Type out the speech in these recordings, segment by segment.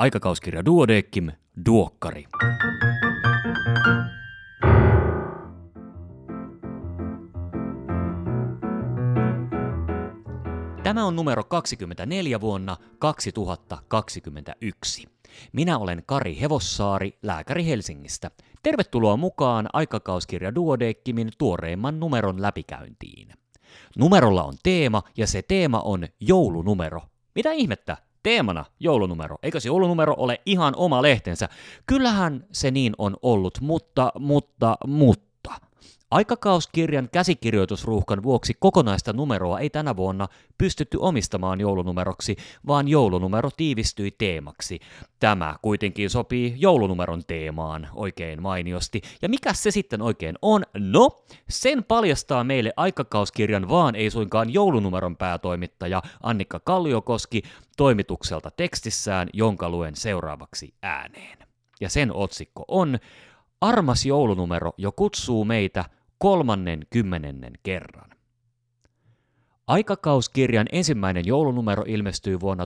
Aikakauskirja Duodeckim, Duokkari. Tämä on numero 24 vuonna 2021. Minä olen Kari Hevossaari, lääkäri Helsingistä. Tervetuloa mukaan Aikakauskirja Duodeckimin tuoreimman numeron läpikäyntiin. Numerolla on teema ja se teema on joulunumero. Mitä ihmettä? Teemana joulunumero. Eikö se joulunumero ole ihan oma lehtensä? Kyllähän se niin on ollut, mutta. Aikakauskirjan käsikirjoitusruuhkan vuoksi kokonaista numeroa ei tänä vuonna pystytty omistamaan joulunumeroksi, vaan joulunumero tiivistyi teemaksi. Tämä kuitenkin sopii joulunumeron teemaan oikein mainiosti. Ja mikä se sitten oikein on? No, sen paljastaa meille Aikakauskirjan vaan ei suinkaan joulunumeron päätoimittaja Annikka Kalliokoski toimitukselta tekstissään, jonka luen seuraavaksi ääneen. Ja sen otsikko on: Armas joulunumero jo kutsuu meitä 30. kerran. Aikakauskirjan ensimmäinen joulunumero ilmestyi vuonna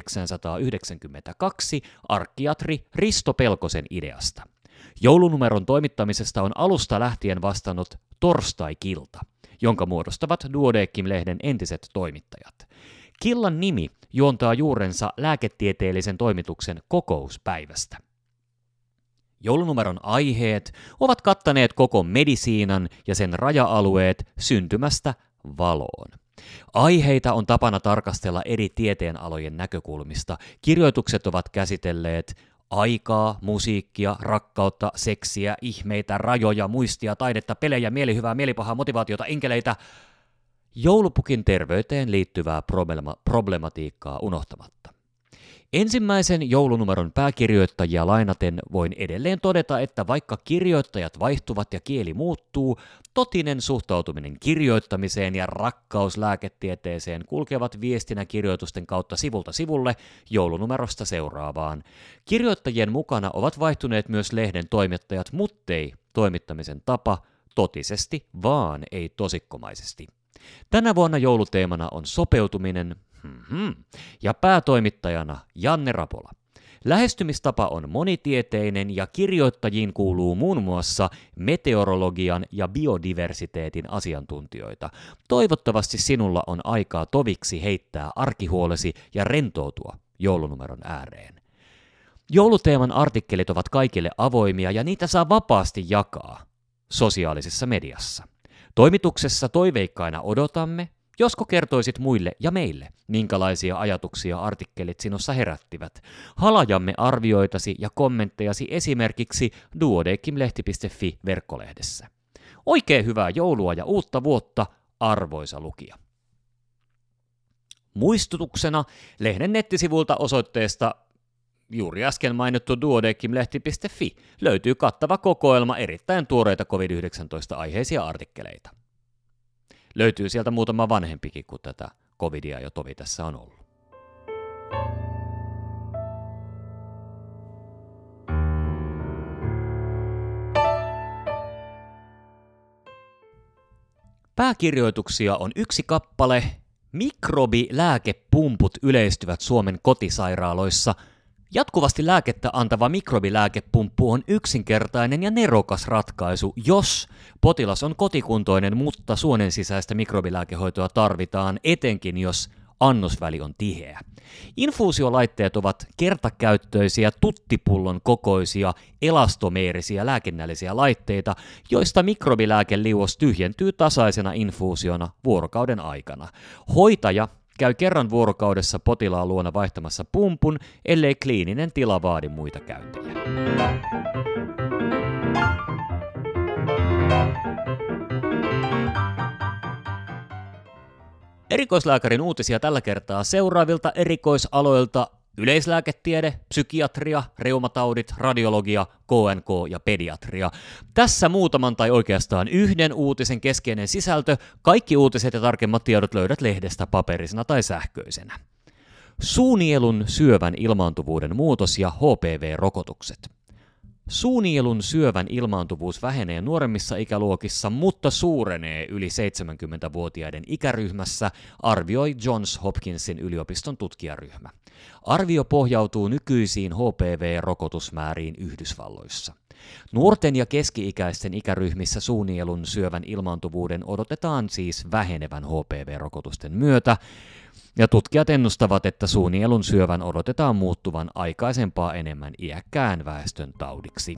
1992 arkkiatri Risto Pelkosen ideasta. Joulunumeron toimittamisesta on alusta lähtien vastannut Torstai-Kilta, jonka muodostavat Duodeckim-lehden entiset toimittajat. Killan nimi juontaa juurensa lääketieteellisen toimituksen kokouspäivästä. Joulunumeron aiheet ovat kattaneet koko medisiinan ja sen raja-alueet syntymästä valoon. Aiheita on tapana tarkastella eri tieteenalojen näkökulmista. Kirjoitukset ovat käsitelleet aikaa, musiikkia, rakkautta, seksiä, ihmeitä, rajoja, muistia, taidetta, pelejä, mielihyvää, mielipahaa, motivaatiota, enkeleitä, joulupukin terveyteen liittyvää problematiikkaa unohtamatta. Ensimmäisen joulunumeron pääkirjoittajia lainaten voin edelleen todeta, että vaikka kirjoittajat vaihtuvat ja kieli muuttuu, totinen suhtautuminen kirjoittamiseen ja rakkaus lääketieteeseen kulkevat viestinä kirjoitusten kautta sivulta sivulle joulunumerosta seuraavaan. Kirjoittajien mukana ovat vaihtuneet myös lehden toimittajat, muttei toimittamisen tapa totisesti, vaan ei tosikkomaisesti. Tänä vuonna jouluteemana on sopeutuminen, ja päätoimittajana Janne Rapola. Lähestymistapa on monitieteinen ja kirjoittajiin kuuluu muun muassa meteorologian ja biodiversiteetin asiantuntijoita. Toivottavasti sinulla on aikaa toviksi heittää arkihuolesi ja rentoutua joulunumeron ääreen. Jouluteeman artikkelit ovat kaikille avoimia ja niitä saa vapaasti jakaa sosiaalisessa mediassa. Toimituksessa toiveikkaina odotamme, josko kertoisit muille ja meille, minkälaisia ajatuksia artikkelit sinussa herättivät. Halajamme arvioitasi ja kommenttejasi esimerkiksi duodeckimlehti.fi-verkkolehdessä. Oikein hyvää joulua ja uutta vuotta, arvoisa lukija. Muistutuksena lehden nettisivulta osoitteesta juuri äsken mainittu duodeckimlehti.fi löytyy kattava kokoelma erittäin tuoreita COVID-19-aiheisia artikkeleita. Löytyy sieltä muutama vanhempikin, kun tätä covidia jo tovi tässä on ollut. Pääkirjoituksia on yksi kappale. Mikrobilääkepumput yleistyvät Suomen kotisairaaloissa. Jatkuvasti lääkettä antava mikrobilääkepumppu on yksinkertainen ja nerokas ratkaisu, jos potilas on kotikuntoinen, mutta suonen sisäistä mikrobilääkehoitoa tarvitaan, etenkin jos annosväli on tiheä. Infuusiolaitteet ovat kertakäyttöisiä, tuttipullon kokoisia, elastomeerisiä lääkinnällisiä laitteita, joista mikrobilääkeliuos tyhjentyy tasaisena infuusiona vuorokauden aikana. Hoitaja käy kerran vuorokaudessa potilaan luona vaihtamassa pumpun, ellei kliininen tila vaadi muita käyntejä. Erikoislääkärin uutisia tällä kertaa seuraavilta erikoisaloilta: yleislääketiede, psykiatria, reumataudit, radiologia, KNK ja pediatria. Tässä muutaman tai oikeastaan yhden uutisen keskeinen sisältö. Kaikki uutiset ja tarkemmat tiedot löydät lehdestä paperisena tai sähköisenä. Suunielun syövän ilmaantuvuuden muutos ja HPV-rokotukset. Suunielun syövän ilmaantuvuus vähenee nuoremmissa ikäluokissa, mutta suurenee yli 70-vuotiaiden ikäryhmässä, arvioi Johns Hopkinsin yliopiston tutkijaryhmä. Arvio pohjautuu nykyisiin HPV-rokotusmääriin Yhdysvalloissa. Nuorten ja keski-ikäisten ikäryhmissä suunielun syövän ilmaantuvuuden odotetaan siis vähenevän HPV-rokotusten myötä, ja tutkijat ennustavat, että suunielun syövän odotetaan muuttuvan aikaisempaa enemmän iäkkään väestön taudiksi.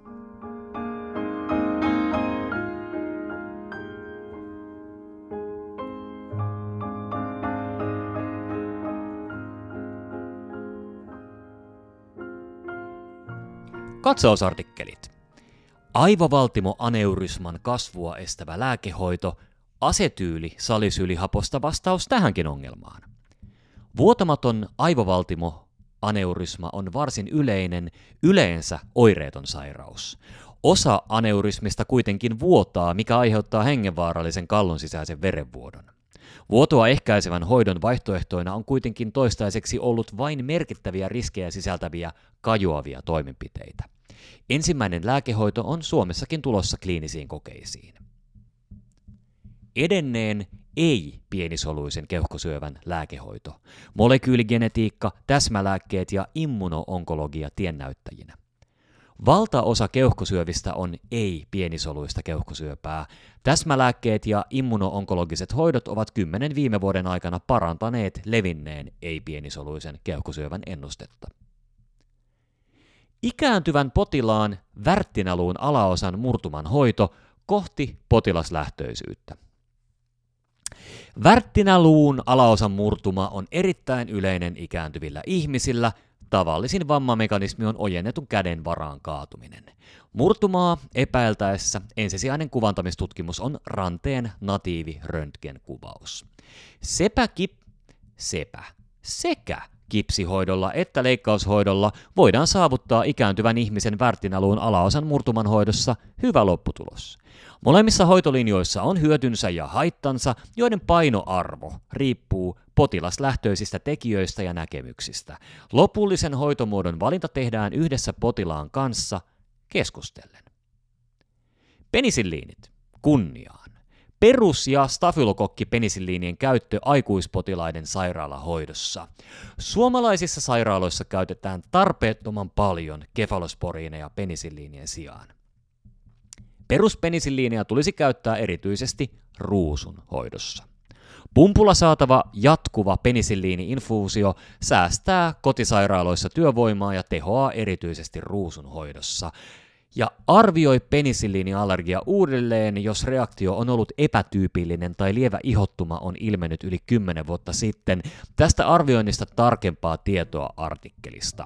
Katsausartikkelit. Aivovaltimoaneurysman kasvua estävä lääkehoito, asetyyli-salisyylihaposta vastaus tähänkin ongelmaan. Vuotamaton aivovaltimoaneurysma on varsin yleinen, yleensä oireeton sairaus. Osa aneurysmista kuitenkin vuotaa, mikä aiheuttaa hengenvaarallisen kallon sisäisen verenvuodon. Vuotoa ehkäisevän hoidon vaihtoehtoina on kuitenkin toistaiseksi ollut vain merkittäviä riskejä sisältäviä kajoavia toimenpiteitä. Ensimmäinen lääkehoito on Suomessakin tulossa kliinisiin kokeisiin. Edenneen ei-pienisoluisen keuhkosyövän lääkehoito, molekyyligenetiikka, täsmälääkkeet ja immuno-onkologia tiennäyttäjinä. Valtaosa keuhkosyövistä on ei-pienisoluista keuhkosyöpää. Täsmälääkkeet ja immuno-onkologiset hoidot ovat 10 viime vuoden aikana parantaneet levinneen ei-pienisoluisen keuhkosyövän ennustetta. Ikääntyvän potilaan värttinaluun alaosan murtuman hoito kohti potilaslähtöisyyttä. Värttinaluun alaosan murtuma on erittäin yleinen ikääntyvillä ihmisillä. Tavallisin vammamekanismi on ojennetun käden varaan kaatuminen. Murtumaa epäiltäessä ensisijainen kuvantamistutkimus on ranteen natiiviröntgenkuvaus. Sekä kipsihoidolla että leikkaushoidolla voidaan saavuttaa ikääntyvän ihmisen värttinaluun alaosan murtuman hoidossa hyvä lopputulos. Molemmissa hoitolinjoissa on hyötynsä ja haittansa, joiden painoarvo riippuu potilaslähtöisistä tekijöistä ja näkemyksistä. Lopullisen hoitomuodon valinta tehdään yhdessä potilaan kanssa keskustellen. Penisilliinit. Kunniaan. Perus- ja stafylokokkipenisiliinien käyttö aikuispotilaiden sairaalahoidossa. Suomalaisissa sairaaloissa käytetään tarpeettoman paljon kefalosporiineja penisiliinien sijaan. Peruspenisiliinia tulisi käyttää erityisesti ruusun hoidossa. Pumpulla saatava jatkuva penisiliini-infuusio säästää kotisairaaloissa työvoimaa ja tehoaa erityisesti ruusun hoidossa. Ja arvioi penisiliiniallergia uudelleen, jos reaktio on ollut epätyypillinen tai lievä ihottuma on ilmennyt yli 10 vuotta sitten. Tästä arvioinnista tarkempaa tietoa artikkelista.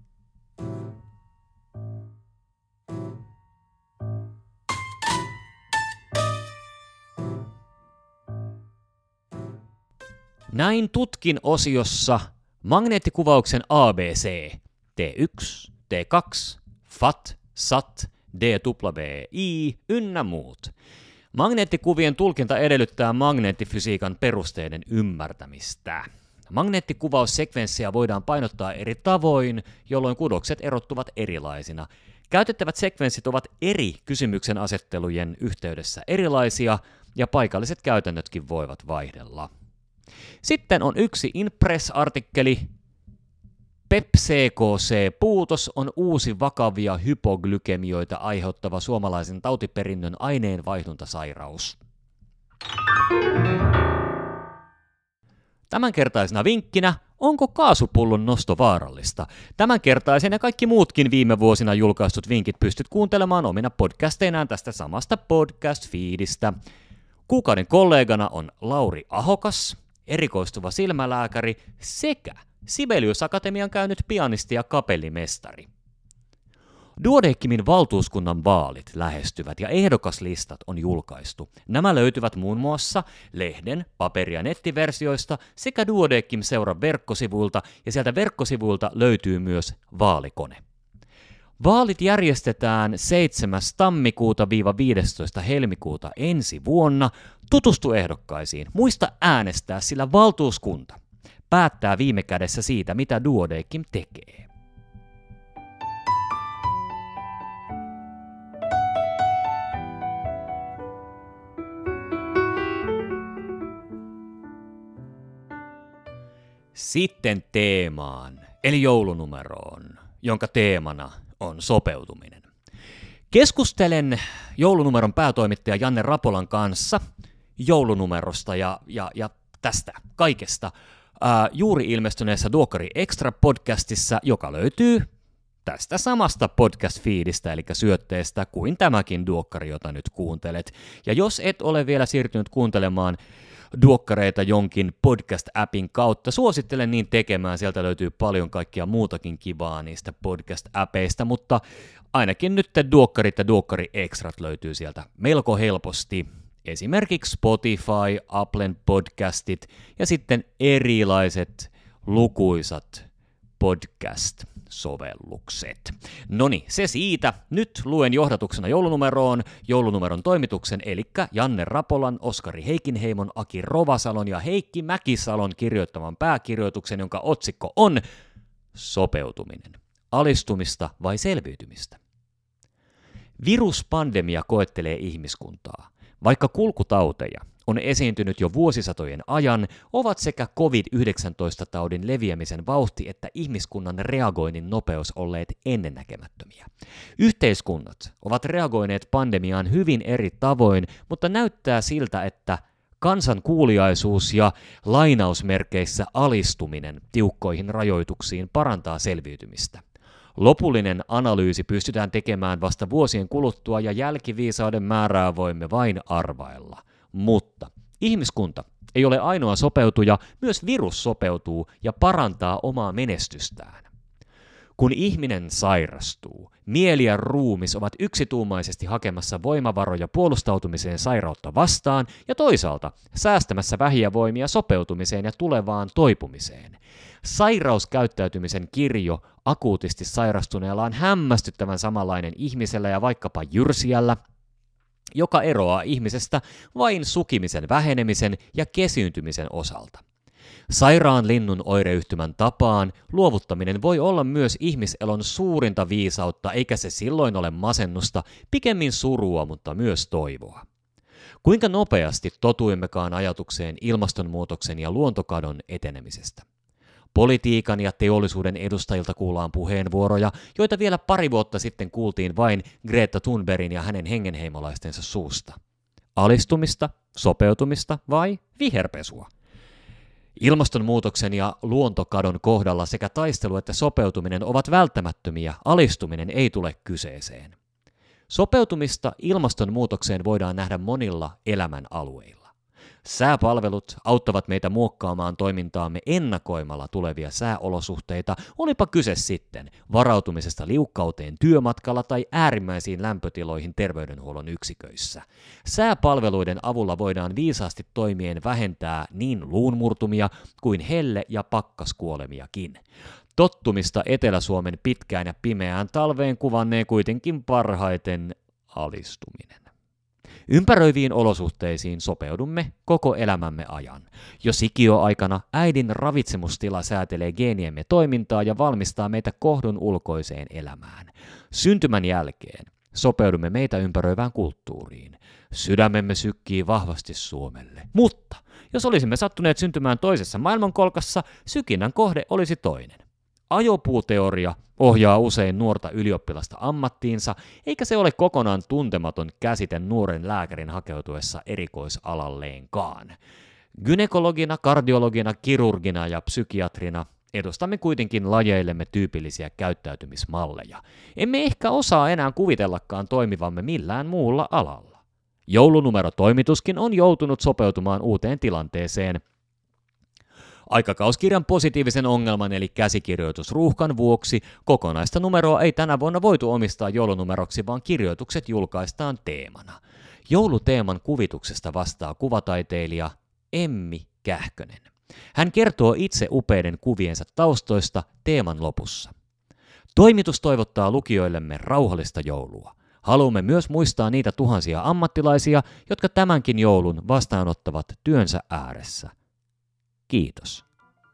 Näin tutkin osiossa magneettikuvauksen ABC, T1, T2, FAT, SAT, DWI ynnä muut. Magneettikuvien tulkinta edellyttää magneettifysiikan perusteiden ymmärtämistä. Magneettikuvaussekvenssejä voidaan painottaa eri tavoin, jolloin kudokset erottuvat erilaisina. Käytettävät sekvenssit ovat eri kysymyksen asettelujen yhteydessä erilaisia, ja paikalliset käytännötkin voivat vaihdella. Sitten on yksi Impress-artikkeli. PEP-CKC-puutos on uusi vakavia hypoglykemioita aiheuttava suomalaisen tautiperinnön aineenvaihduntasairaus. Tämänkertaisena vinkkinä, onko kaasupullon nosto vaarallista? Tämänkertaisen ja kaikki muutkin viime vuosina julkaistut vinkit pystyt kuuntelemaan omina podcasteinaan tästä samasta podcast-feedistä. Kuukauden kollegana on Lauri Ahokas, erikoistuva silmälääkäri sekä Sibelius Akatemian käynyt pianisti ja kapellimestari. Duodecimin valtuuskunnan vaalit lähestyvät ja ehdokaslistat on julkaistu. Nämä löytyvät muun muassa lehden, paperi- ja nettiversioista sekä Duodecim-seuran verkkosivuilta, ja sieltä verkkosivuilta löytyy myös vaalikone. Vaalit järjestetään 7. tammikuuta-15. helmikuuta ensi vuonna. Tutustu ehdokkaisiin. Muista äänestää, sillä valtuuskunta päättää viime kädessä siitä, mitä Duodecim tekee. Sitten teemaan, eli joulunumeroon, jonka teemana on sopeutuminen. Keskustelen joulunumeron päätoimittaja Janne Rapolan kanssa joulunumerosta ja tästä kaikesta juuri ilmestyneessä Duokkari Extra-podcastissa, joka löytyy tästä samasta podcast-fiidistä, eli syötteestä kuin tämäkin duokkari, jota nyt kuuntelet. Ja jos et ole vielä siirtynyt kuuntelemaan duokkareita jonkin podcast-appin kautta, suosittelen niin tekemään. Sieltä löytyy paljon kaikkia muutakin kivaa niistä podcast-appeista, mutta ainakin nyt duokkarit ja Duokkari Extrat löytyy sieltä melko helposti. Esimerkiksi Spotify, Applen podcastit ja sitten erilaiset lukuisat podcast-sovellukset. Noniin, se siitä. Nyt luen johdatuksena joulunumeron toimituksen, eli Janne Rapolan, Oskari Heikinheimon, Aki Rovasalon ja Heikki Mäkisalon kirjoittaman pääkirjoituksen, jonka otsikko on Sopeutuminen. Alistumista vai selviytymistä? Viruspandemia koettelee ihmiskuntaa. Vaikka kulkutauteja on esiintynyt jo vuosisatojen ajan, ovat sekä COVID-19-taudin leviämisen vauhti että ihmiskunnan reagoinnin nopeus olleet ennennäkemättömiä. Yhteiskunnat ovat reagoineet pandemiaan hyvin eri tavoin, mutta näyttää siltä, että kansan kuuliaisuus ja lainausmerkeissä alistuminen tiukkoihin rajoituksiin parantaa selviytymistä. Lopullinen analyysi pystytään tekemään vasta vuosien kuluttua ja jälkiviisauden määrää voimme vain arvailla. Mutta ihmiskunta ei ole ainoa sopeutuja, myös virus sopeutuu ja parantaa omaa menestystään. Kun ihminen sairastuu, mieli ja ruumis ovat yksituumaisesti hakemassa voimavaroja puolustautumiseen sairautta vastaan ja toisaalta säästämässä vähiä voimia sopeutumiseen ja tulevaan toipumiseen. Sairauskäyttäytymisen kirjo akuutisti sairastuneella on hämmästyttävän samanlainen ihmisellä ja vaikkapa jyrsijällä, joka eroaa ihmisestä vain sukimisen vähenemisen ja kesyyntymisen osalta. Sairaan linnun oireyhtymän tapaan luovuttaminen voi olla myös ihmiselon suurinta viisautta, eikä se silloin ole masennusta, pikemmin surua, mutta myös toivoa. Kuinka nopeasti totuimmekaan ajatukseen ilmastonmuutoksen ja luontokadon etenemisestä? Politiikan ja teollisuuden edustajilta kuullaan puheenvuoroja, joita vielä pari vuotta sitten kuultiin vain Greta Thunbergin ja hänen hengenheimolaistensa suusta. Alistumista, sopeutumista vai viherpesua? Ilmastonmuutoksen ja luontokadon kohdalla sekä taistelu että sopeutuminen ovat välttämättömiä, alistuminen ei tule kyseeseen. Sopeutumista ilmastonmuutokseen voidaan nähdä monilla elämän alueilla. Sääpalvelut auttavat meitä muokkaamaan toimintaamme ennakoimalla tulevia sääolosuhteita, olipa kyse sitten varautumisesta liukkauteen työmatkalla tai äärimmäisiin lämpötiloihin terveydenhuollon yksiköissä. Sääpalveluiden avulla voidaan viisaasti toimien vähentää niin luunmurtumia kuin helle- ja pakkaskuolemiakin. Tottumista Etelä-Suomen pitkään ja pimeään talveen kuvannee kuitenkin parhaiten alistuminen. Ympäröiviin olosuhteisiin sopeudumme koko elämämme ajan. Jo sikiöaikana äidin ravitsemustila säätelee geeniemme toimintaa ja valmistaa meitä kohdun ulkoiseen elämään. Syntymän jälkeen sopeudumme meitä ympäröivään kulttuuriin. Sydämemme sykkii vahvasti Suomelle. Mutta jos olisimme sattuneet syntymään toisessa maailmankolkassa, sykinnän kohde olisi toinen. Ajopuuteoria ohjaa usein nuorta ylioppilasta ammattiinsa, eikä se ole kokonaan tuntematon käsite nuoren lääkärin hakeutuessa erikoisalalleenkaan. Gynekologina, kardiologina, kirurgina ja psykiatrina edustamme kuitenkin lajeillemme tyypillisiä käyttäytymismalleja. Emme ehkä osaa enää kuvitellakaan toimivamme millään muulla alalla. Joulunumerotoimituskin on joutunut sopeutumaan uuteen tilanteeseen. Aikakauskirjan positiivisen ongelman eli käsikirjoitusruuhkan vuoksi kokonaista numeroa ei tänä vuonna voitu omistaa joulunumeroksi, vaan kirjoitukset julkaistaan teemana. Jouluteeman kuvituksesta vastaa kuvataiteilija Emmi Kähkönen. Hän kertoo itse upeiden kuviensa taustoista teeman lopussa. Toimitus toivottaa lukijoillemme rauhallista joulua. Haluamme myös muistaa niitä tuhansia ammattilaisia, jotka tämänkin joulun vastaanottavat työnsä ääressä. Kiitos.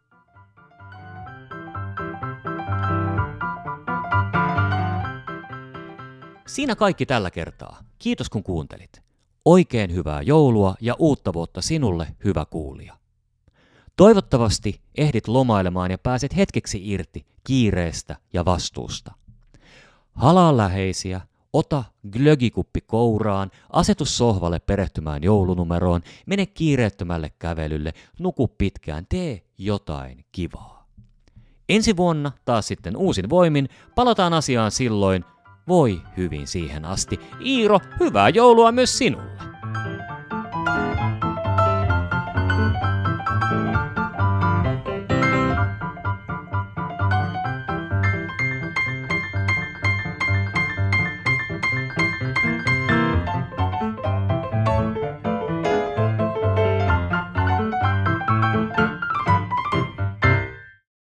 Siinä kaikki tällä kertaa. Kiitos kun kuuntelit. Oikein hyvää joulua ja uutta vuotta sinulle, hyvä kuulija. Toivottavasti ehdit lomailemaan ja pääset hetkeksi irti kiireestä ja vastuusta. Halaa läheisiä, ota glögikuppi kouraan, asetu sohvalle perehtymään joulunumeroon, mene kiireettömälle kävelylle, nuku pitkään, tee jotain kivaa. Ensi vuonna taas sitten uusin voimin, palataan asiaan silloin. Voi hyvin siihen asti. Iiro, hyvää joulua myös sinulle!